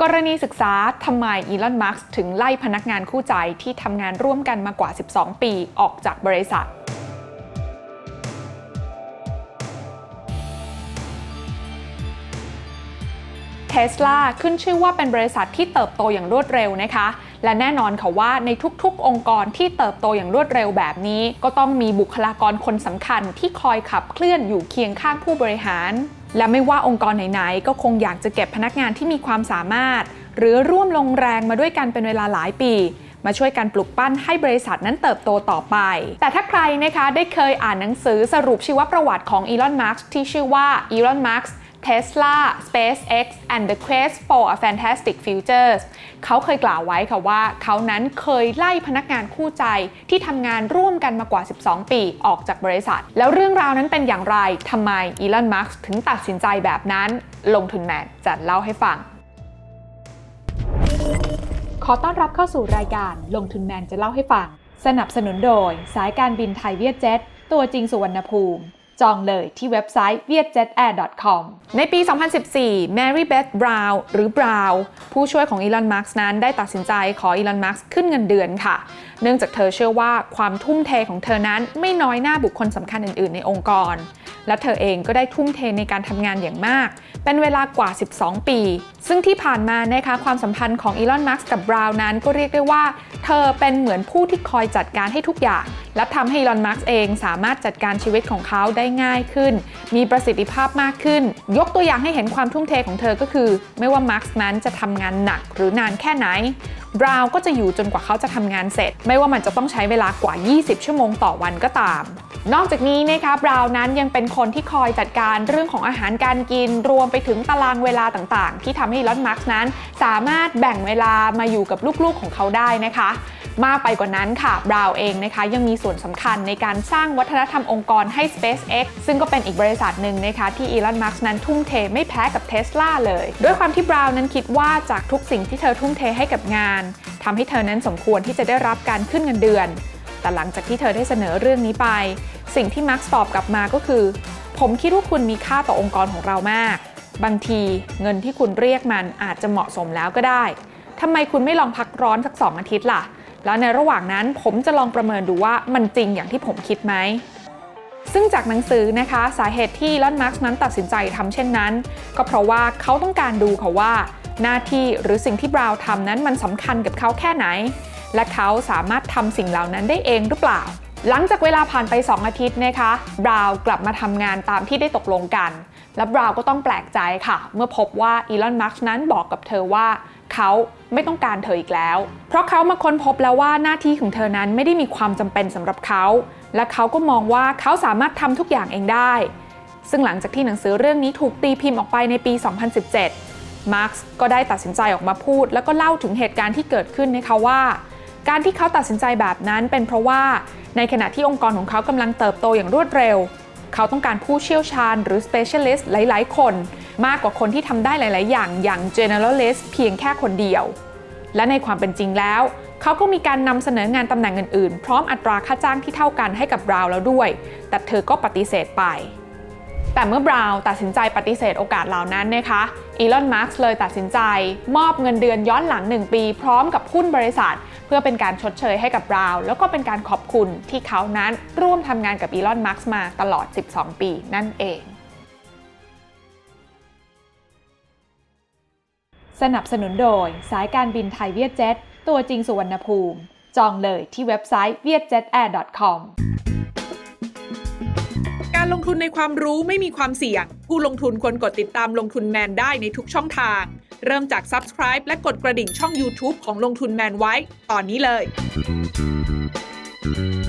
กรณีศึกษาทำไมอีลอน มัสก์ถึงไล่พนักงานคู่ใจที่ทำงานร่วมกันมากว่า 12 ปีออกจากบริษัทTesla ขึ้นชื่อว่าเป็นบริษัทที่เติบโตอย่างรวดเร็วนะคะและแน่นอนค่ะว่าในทุกๆองค์กรที่เติบโตอย่างรวดเร็วแบบนี้ก็ต้องมีบุคลากรคนสำคัญที่คอยขับเคลื่อนอยู่เคียงข้างผู้บริหารและไม่ว่าองค์กรไหนๆก็คงอยากจะเก็บพนักงานที่มีความสามารถหรือร่วมลงแรงมาด้วยกันเป็นเวลาหลายปีมาช่วยกันปลุกปั้นให้บริษัทนั้นเติบโตต่อไปแต่ถ้าใครนะคะได้เคยอ่านหนังสือสรุปชีวประวัติของอีลอน มัสก์ที่ชื่อว่า Elon Musk Tesla, SpaceX and the Quest for a Fantastic Future เขาเคยกล่าวไว้ค่ะว่าเขานั้นเคยไล่พนักงานคู่ใจที่ทำงานร่วมกันมากว่า 12 ปีออกจากบริษัทแล้วเรื่องราวนั้นเป็นอย่างไรทำไมอีลอน มัสก์ถึงตัดสินใจแบบนั้นลงทุนแมนจะเล่าให้ฟังขอต้อนรับเข้าสู่รายการลงทุนแมนจะเล่าให้ฟังสนับสนุนโดยสายการบินไทยเวียดเจ็ตตัวจริงสุวรรณภูมิจองเลยที่เว็บไซต์ vietjetair.com ในปี 2014 Mary Beth Brown หรือ Brown ผู้ช่วยของอีลอน มัสก์นั้นได้ตัดสินใจขออีลอน มัสก์ขึ้นเงินเดือนค่ะเนื่องจากเธอเชื่อว่าความทุ่มเทของเธอนั้นไม่น้อยหน้าบุคคลสำคัญอื่นๆในองค์กรและเธอเองก็ได้ทุ่มเทในการทำงานอย่างมากเป็นเวลากว่า 12 ปีซึ่งที่ผ่านมานะคะความสัมพันธ์ของอีลอน มัสก์กับบราวน์นั้นก็เรียกได้ว่าเธอเป็นเหมือนผู้ที่คอยจัดการให้ทุกอย่างและทำให้อีลอน มัสก์เองสามารถจัดการชีวิตของเขาได้ง่ายขึ้นมีประสิทธิภาพมากขึ้นยกตัวอย่างให้เห็นความทุ่มเทของเธอก็คือไม่ว่า มัสก์นั้นจะทำงานหนักหรือนานแค่ไหนบราวน์ก็จะอยู่จนกว่าเขาจะทำงานเสร็จไม่ว่ามันจะต้องใช้เวลากว่า 20 ชั่วโมงต่อวันก็ตามนอกจากนี้นะคะบราวน์นั้นยังเป็นคนที่คอยจัดการเรื่องของอาหารการกินรวมไปถึงตารางเวลาต่างๆที่ทำให้อีลอน มัสก์นั้นสามารถแบ่งเวลามาอยู่กับลูกๆของเขาได้นะคะมากไปกว่านั้นค่ะบราวน์เองนะคะยังมีส่วนสำคัญในการสร้างวัฒนธรรมองค์กรให้ SpaceX ซึ่งก็เป็นอีกบริษัทหนึ่งนะคะที่อีลอน มัสก์นั้นทุ่มเทไม่แพ้กับ Tesla เลยด้วยความที่บราวน์นั้นคิดว่าจากทุกสิ่งที่เธอทุ่มเทให้กับงานทำให้เธอนั้นสมควรที่จะได้รับการขึ้นเงินเดือนแต่หลังจากที่เธอได้เสนอเรื่องนี้ไปสิ่งที่มัสก์ตอบกลับมาก็คือผมคิดว่าคุณมีค่าต่อองค์กรของเรามากบางทีเงินที่คุณเรียกมันอาจจะเหมาะสมแล้วก็ได้ทำไมคุณไม่ลองพักร้อนสัก2 อาทิตย์ล่ะแล้วในระหว่างนั้นผมจะลองประเมินดูว่ามันจริงอย่างที่ผมคิดไหมซึ่งจากหนังสือนะคะสาเหตุที่อีลอน มัสก์นั้นตัดสินใจทำเช่นนั้นก็เพราะว่าเขาต้องการดูค่ะว่าหน้าที่หรือสิ่งที่บราวน์ทำนั้นมันสำคัญกับเขาแค่ไหนและเขาสามารถทำสิ่งเหล่านั้นได้เองหรือเปล่าหลังจากเวลาผ่านไป2 อาทิตย์นะคะบราวน์กลับมาทำงานตามที่ได้ตกลงกันและบราวน์ก็ต้องแปลกใจค่ะเมื่อพบว่าอีลอน มัสก์นั้นบอกกับเธอว่าเขาไม่ต้องการเธออีกแล้วเพราะเขามาค้นพบแล้วว่าหน้าที่ของเธอนั้นไม่ได้มีความจำเป็นสำหรับเขาและเขาก็มองว่าเขาสามารถทำทุกอย่างเองได้ซึ่งหลังจากที่หนังสือเรื่องนี้ถูกตีพิมพ์ออกไปในปี 2017 มาร์คส์ก็ได้ตัดสินใจออกมาพูดแล้วก็เล่าถึงเหตุการณ์ที่เกิดขึ้นนะคะว่าการที่เขาตัดสินใจแบบนั้นเป็นเพราะว่าในขณะที่องค์กรของเขากำลังเติบโตอย่างรวดเร็วเขาต้องการผู้เชี่ยวชาญหรือ specialist หลายๆคนมากกว่าคนที่ทำได้หลายๆอย่าง generalist เพียงแค่คนเดียวและในความเป็นจริงแล้วเขาก็มีการนำเสนองานตำแหน่งอื่นๆพร้อมอัตราค่าจ้างที่เท่ากันให้กับบราวน์แล้วด้วยแต่เธอก็ปฏิเสธไปแต่เมื่อบราวน์ตัดสินใจปฏิเสธโอกาสเหล่านั้นนะคะอีลอน มัสก์เลยตัดสินใจมอบเงินเดือนย้อนหลัง1 ปีพร้อมกับหุ้นบริษัทเพื่อเป็นการชดเชยให้กับบราวน์แล้วก็เป็นการขอบคุณที่เขานั้นร่วมทำงานกับอีลอน มัสก์มาตลอด12 ปีนั่นเองสนับสนุนโดยสายการบินไทยเวียดเจ็ตตัวจริงสุวรรณภูมิจองเลยที่เว็บไซต์ vietjetair.com การลงทุนในความรู้ไม่มีความเสี่ยงผู้ลงทุนควรกดติดตามลงทุนแมนได้ในทุกช่องทางเริ่มจาก Subscribe และกดกระดิ่งช่อง YouTube ของลงทุนแมนไว้ตอนนี้เลย